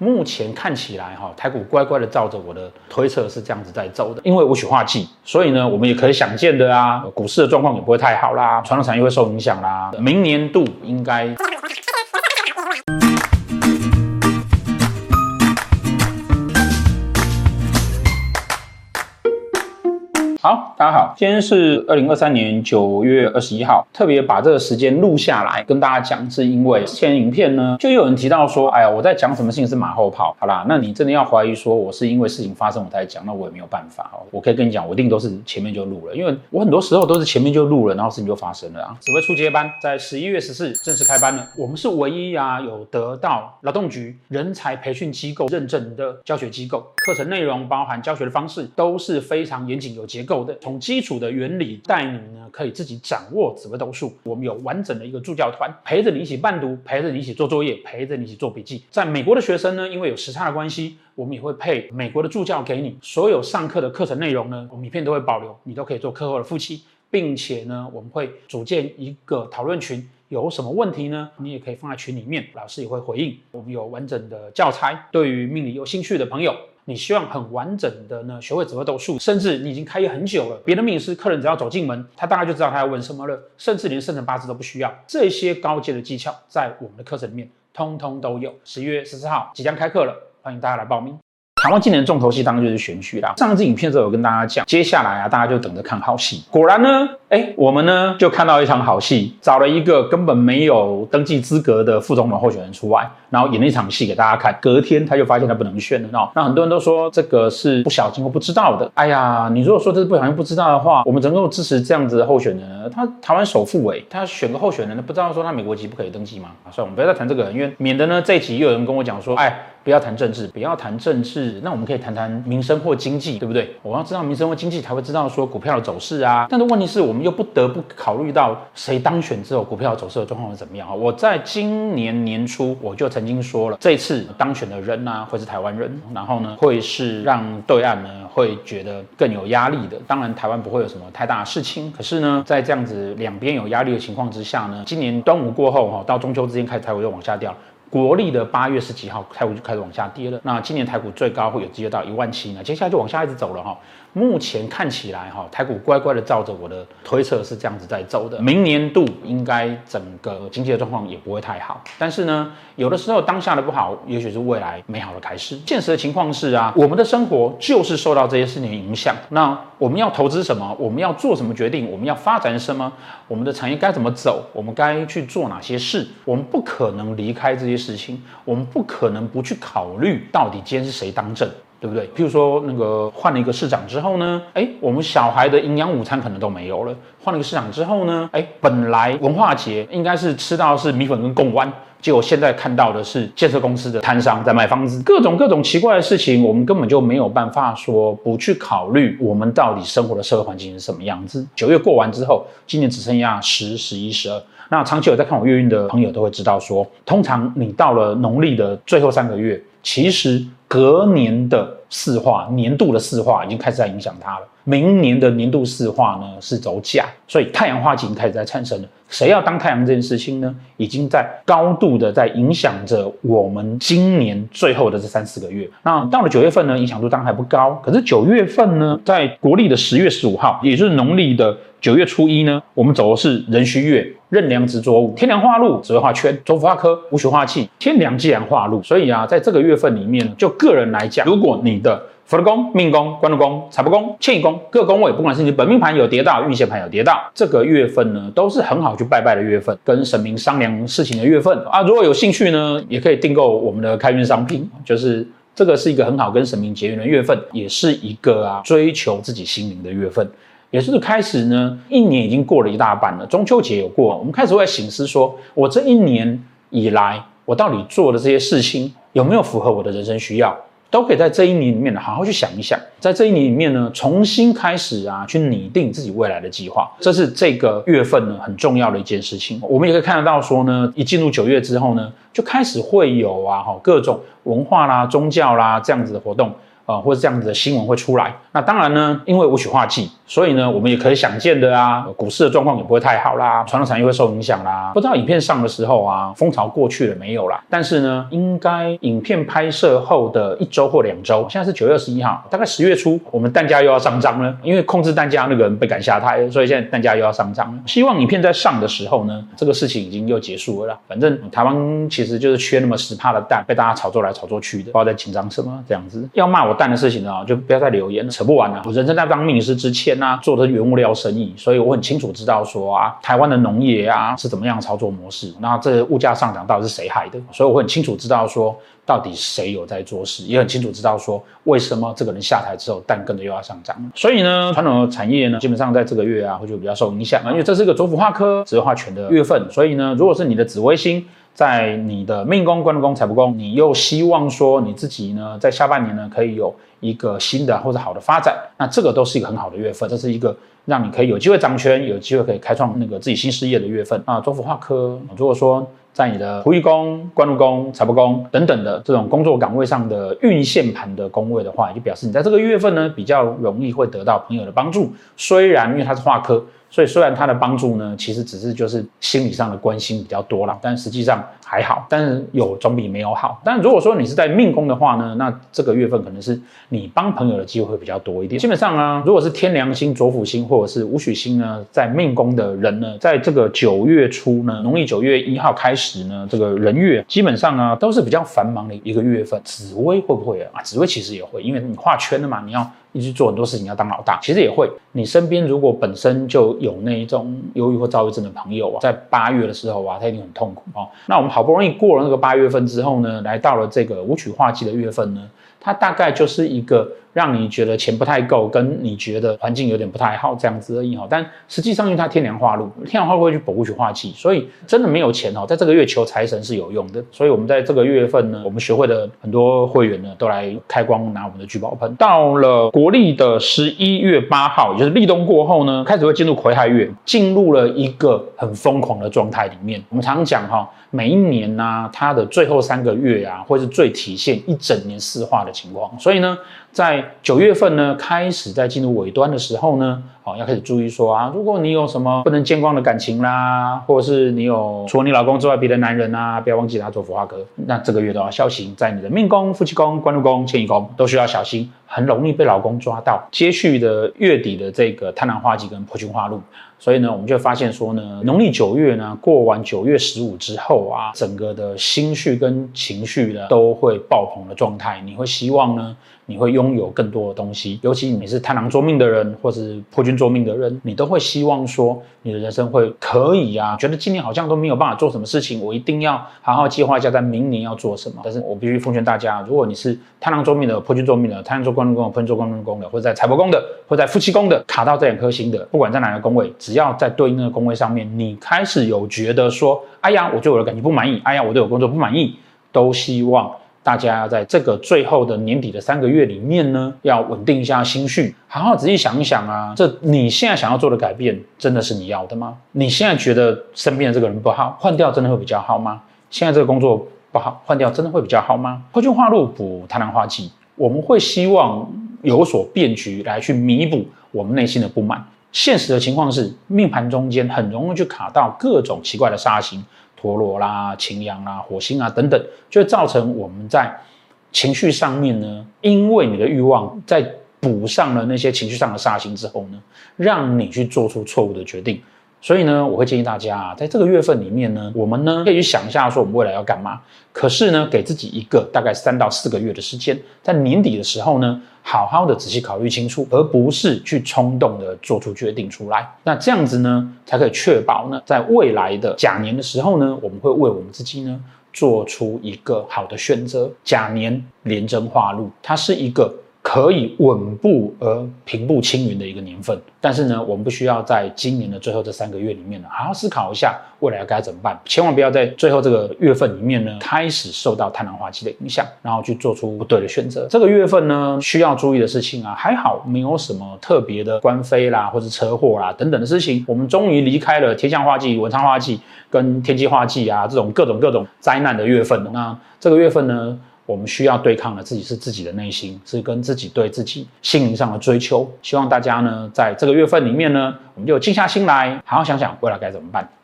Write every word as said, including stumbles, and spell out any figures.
目前看起来哈，台股乖乖的照着我的推测是这样子在走的。因为无煦化剂，所以呢，我们也可以想见的啊，股市的状况也不会太好啦，传统产业会受影响啦。明年度应该。好，大家好，今天是二零二三年九月二十一号，特别把这个时间录下来跟大家讲，是因为之前影片呢，就有人提到说，哎呀，我在讲什么事情是马后炮。好啦，那你真的要怀疑说我是因为事情发生我才讲，那我也没有办法。我可以跟你讲，我一定都是前面就录了，因为我很多时候都是前面就录了，然后事情就发生了啊。指挥初阶班在十一月十四正式开班了，我们是唯一啊有得到劳动局人才培训机构认证的教学机构，课程内容包含教学的方式都是非常严谨有结构的，从基础的原理带你呢，可以自己掌握紫微斗数。我们有完整的一个助教团，陪着你一起伴读，陪着你一起做作业，陪着你一起做笔记。在美国的学生呢，因为有时差的关系，我们也会配美国的助教给你。所有上课的课程内容呢，我们影片都会保留，你都可以做课后的复习，并且呢，我们会组建一个讨论群。有什么问题呢？你也可以放在群里面，老师也会回应。我们有完整的教材，对于命理有兴趣的朋友，你希望很完整的呢学会紫微斗数，甚至你已经开业很久了，别的命理师客人只要走进门，他大概就知道他要问什么了，甚至连生辰八字都不需要。这些高阶的技巧在我们的课程里面通通都有。十一月十四号即将开课了，欢迎大家来报名。台湾今年重头戏当然就是选举啦。上次影片之后有跟大家讲，接下来啊，大家就等着看好戏。果然呢，哎，我们呢就看到一场好戏，找了一个根本没有登记资格的副总统候选人出来，然后演了一场戏给大家看。隔天他就发现他不能选了哦。那很多人都说这个是不小心或不知道的。哎呀，你如果说这是不小心不知道的话，我们能够支持这样子的候选人，他台湾首富哎，他选个候选人，不知道说他美国籍不可以登记吗？所以我们不要再谈这个，因为免得呢这一集又有人跟我讲说，哎。不要谈政治，不要谈政治，那我们可以谈谈民生或经济，对不对？我要知道民生或经济，才会知道说股票的走势啊。但是问题是我们又不得不考虑到谁当选之后，股票走势的状况是怎么样啊？我在今年年初我就曾经说了，这次当选的人啊，会是台湾人，然后呢，会是让对岸呢会觉得更有压力的。当然，台湾不会有什么太大的事情，可是呢，在这样子两边有压力的情况之下呢，今年端午过后哈，到中秋之间开始台股又往下掉。国历的八月十几号，台股就开始往下跌了。那今年台股最高会有机会到一万七呢，接下来就往下一直走了哈。目前看起来哈，台股乖乖的照着我的推测是这样子在走的。明年度应该整个经济的状况也不会太好，但是呢，有的时候当下的不好，也许是未来美好的开始。现实的情况是啊，我们的生活就是受到这些事情影响。那我们要投资什么？我们要做什么决定？我们要发展什么？我们的产业该怎么走？我们该去做哪些事？我们不可能离开这些事情，我们不可能不去考虑到底今天是谁当政。对不对？譬如说，那个换了一个市长之后呢，哎，我们小孩的营养午餐可能都没有了。换了一个市长之后呢，哎，本来文化节应该是吃到是米粉跟贡丸，结果现在看到的是建设公司的摊商在卖房子，各种各种奇怪的事情，我们根本就没有办法说不去考虑我们到底生活的社会环境是什么样子。九月过完之后，今年只剩下十、十一、十二。那长期有在看我月运的朋友都会知道说，通常你到了农历的最后三个月，其实隔年的四化，年度的四化已经开始在影响它了。明年的年度四化呢是走甲，所以太阳化忌已经开始在产生了。谁要当太阳这件事情呢，已经在高度的在影响着我们今年最后的这三四个月。那到了九月份呢，影响度当然还不高，可是九月份呢，在国历的十月十五号，也就是农历的九月初一呢，我们走的是壬戌月，壬梁直着午，天梁化禄，紫微化圈，周伏化科，无煦化气，天梁既然化禄，所以啊，在这个月份里面，就个人来讲，如果你的福德宫、命宫、官禄宫、财帛宫、迁移宫各宫位，不管是你本命盘有跌到，运线盘有跌到，这个月份呢，都是很好去拜拜的月份，跟神明商量事情的月份啊。如果有兴趣呢，也可以订购我们的开运商品，就是这个是一个很好跟神明结缘的月份，也是一个啊追求自己心灵的月份。也就是开始呢，一年已经过了一大半了，中秋节有过，我们开始会省思说，我这一年以来，我到底做的这些事情有没有符合我的人生需要？都可以在这一年里面好好去想一想，在这一年里面呢，重新开始啊，去拟定自己未来的计划，这是这个月份呢很重要的一件事情。我们也可以看得到说呢，一进入九月之后呢，就开始会有啊各种文化啦、宗教啦这样子的活动。呃，或者这样子的新闻会出来。那当然呢，因为无煦化忌， 所以呢，我们也可以想见的啊，股市的状况也不会太好啦，传统产业会受影响啦。不知道影片上的时候啊，风潮过去了没有啦？但是呢，应该影片拍摄后的一周或两周，现在是九月二十一号，大概十月初，我们蛋价又要上涨了，因为控制蛋价那个人被赶下台了，所以现在蛋价又要上涨了。希望影片在上的时候呢，这个事情已经又结束了啦。反正台湾其实就是缺那么 百分之十 的蛋，被大家炒作来炒作去的，不知道在紧张什么这样子。要骂我蛋的事情呢，就不要再留言了，扯不完了。我人生在当命理师之前啊，做的是原物料生意，所以我很清楚知道说啊，台湾的农业啊是怎么样的操作模式。那这物价上涨到底是谁害的？所以我很清楚知道说，到底谁有在做事，也很清楚知道说为什么这个人下台之后蛋跟着又要上涨了。所以呢，传统的产业呢，基本上在这个月啊会就比较受影响，因为这是一个左辅化科紫微化权的月份，所以呢，如果是你的紫微星在你的命宫、官禄宫、财帛宫，你又希望说你自己呢在下半年呢可以有一个新的或者好的发展，那这个都是一个很好的月份，这是一个让你可以有机会掌权、有机会可以开创那个自己新事业的月份啊。左辅化科，如果说在你的仆役宫、官禄宫、财帛宫等等的这种工作岗位上的运线盘的宫位的话，也就表示你在这个月份呢比较容易会得到朋友的帮助。虽然因为它是化科，所以虽然它的帮助呢其实只是就是心理上的关心比较多啦，但实际上还好，但是有总比没有好。但如果说你是在命宫的话呢，那这个月份可能是你帮朋友的机会会比较多一点。基本上啊，如果是天梁星、左辅星或者是武曲星呢在命宫的人呢，在这个九月初呢，农历九月一号开始呢，这个人月基本上啊都是比较繁忙的一个月份。紫微会不会啊？紫微其实也会，因为你画圈了嘛，你要一直做很多事情，要当老大，其实也会。你身边如果本身就有那一种忧郁或躁郁症的朋友啊，在八月的时候啊，他一定很痛苦哦。那我们好不容易过了那个八月份之后呢，来到了这个武曲化忌的月份呢，它大概就是一个让你觉得钱不太够，跟你觉得环境有点不太好这样子而已。但实际上因为它天梁化禄，天梁化禄会去补武曲化忌，所以真的没有钱在这个月求财神是有用的。所以我们在这个月份呢，我们学会的很多会员呢都来开光拿我们的聚宝盆。到了国历的十一月八号，也就是立冬过后呢，开始会进入癸亥月，进入了一个很疯狂的状态里面。我们常讲哈，每一年啊，它的最后三个月啊，会是最体现一整年四化的情况。所以呢，在九月份呢，开始在进入尾端的时候呢，哦，要开始注意说啊，如果你有什么不能见光的感情啦，或者是你有除了你老公之外别的男人啊，不要忘记他做辅化科，那这个月都要小心，在你的命宫、夫妻宫、官禄宫、迁移宫都需要小心，很容易被老公抓到。接续的月底的这个贪狼化忌跟破军化禄。所以呢，我们就发现说呢，农历九月呢，过完九月十五之后啊，整个的心绪跟情绪呢都会爆棚的状态。你会希望呢，你会拥有更多的东西，尤其你是贪狼坐命的人，或是破军坐命的人，你都会希望说，你的人生会可以啊，觉得今年好像都没有办法做什么事情，我一定要好好计划一下，在明年要做什么。但是我必须奉劝大家，如果你是贪狼坐命的、破军坐命的、贪狼坐官禄宫的、破军坐官禄宫的，或者在财帛宫的，或者在夫妻宫的，卡到这两颗星的，不管在哪个宫位，只要在对应的宫位上面，你开始有觉得说，哎呀，我对我的感情不满意，哎呀，我对我工作不满意，都希望大家要在这个最后的年底的三个月里面呢，要稳定一下心绪，好好仔细想一想啊，这你现在想要做的改变，真的是你要的吗？你现在觉得身边的这个人不好，换掉真的会比较好吗？现在这个工作不好，换掉真的会比较好吗？破军化禄补贪狼化忌，我们会希望有所变局来去弥补我们内心的不满。现实的情况是，命盘中间很容易去卡到各种奇怪的煞星，陀罗啦、擎羊啦、火星啊等等，就会造成我们在情绪上面呢，因为你的欲望在补上了那些情绪上的煞星之后呢，让你去做出错误的决定。所以呢，我会建议大家啊，在这个月份里面呢，我们呢可以去想一下说我们未来要干嘛。可是呢，给自己一个大概三到四个月的时间，在年底的时候呢，好好的仔细考虑清楚，而不是去冲动的做出决定出来。那这样子呢，才可以确保呢，在未来的甲年的时候呢，我们会为我们自己呢做出一个好的选择。甲年廉贞化禄，它是一个可以稳步而平步青云的一个年份，但是呢，我们不需要在今年的最后这三个月里面呢，好好思考一下未来该怎么办，千万不要在最后这个月份里面呢，开始受到贪狼化忌的影响，然后去做出不对的选择。这个月份呢，需要注意的事情啊，还好没有什么特别的官非啦，或是车祸啦等等的事情。我们终于离开了天象化忌、文昌化忌跟天机化忌啊这种各种各种灾难的月份了。那这个月份呢， 我们需要对抗的自己是自己的内心，是跟自己对自己心灵上的追求。希望大家呢，在这个月份里面呢，我们就静下心来，好好想想未来该怎么办。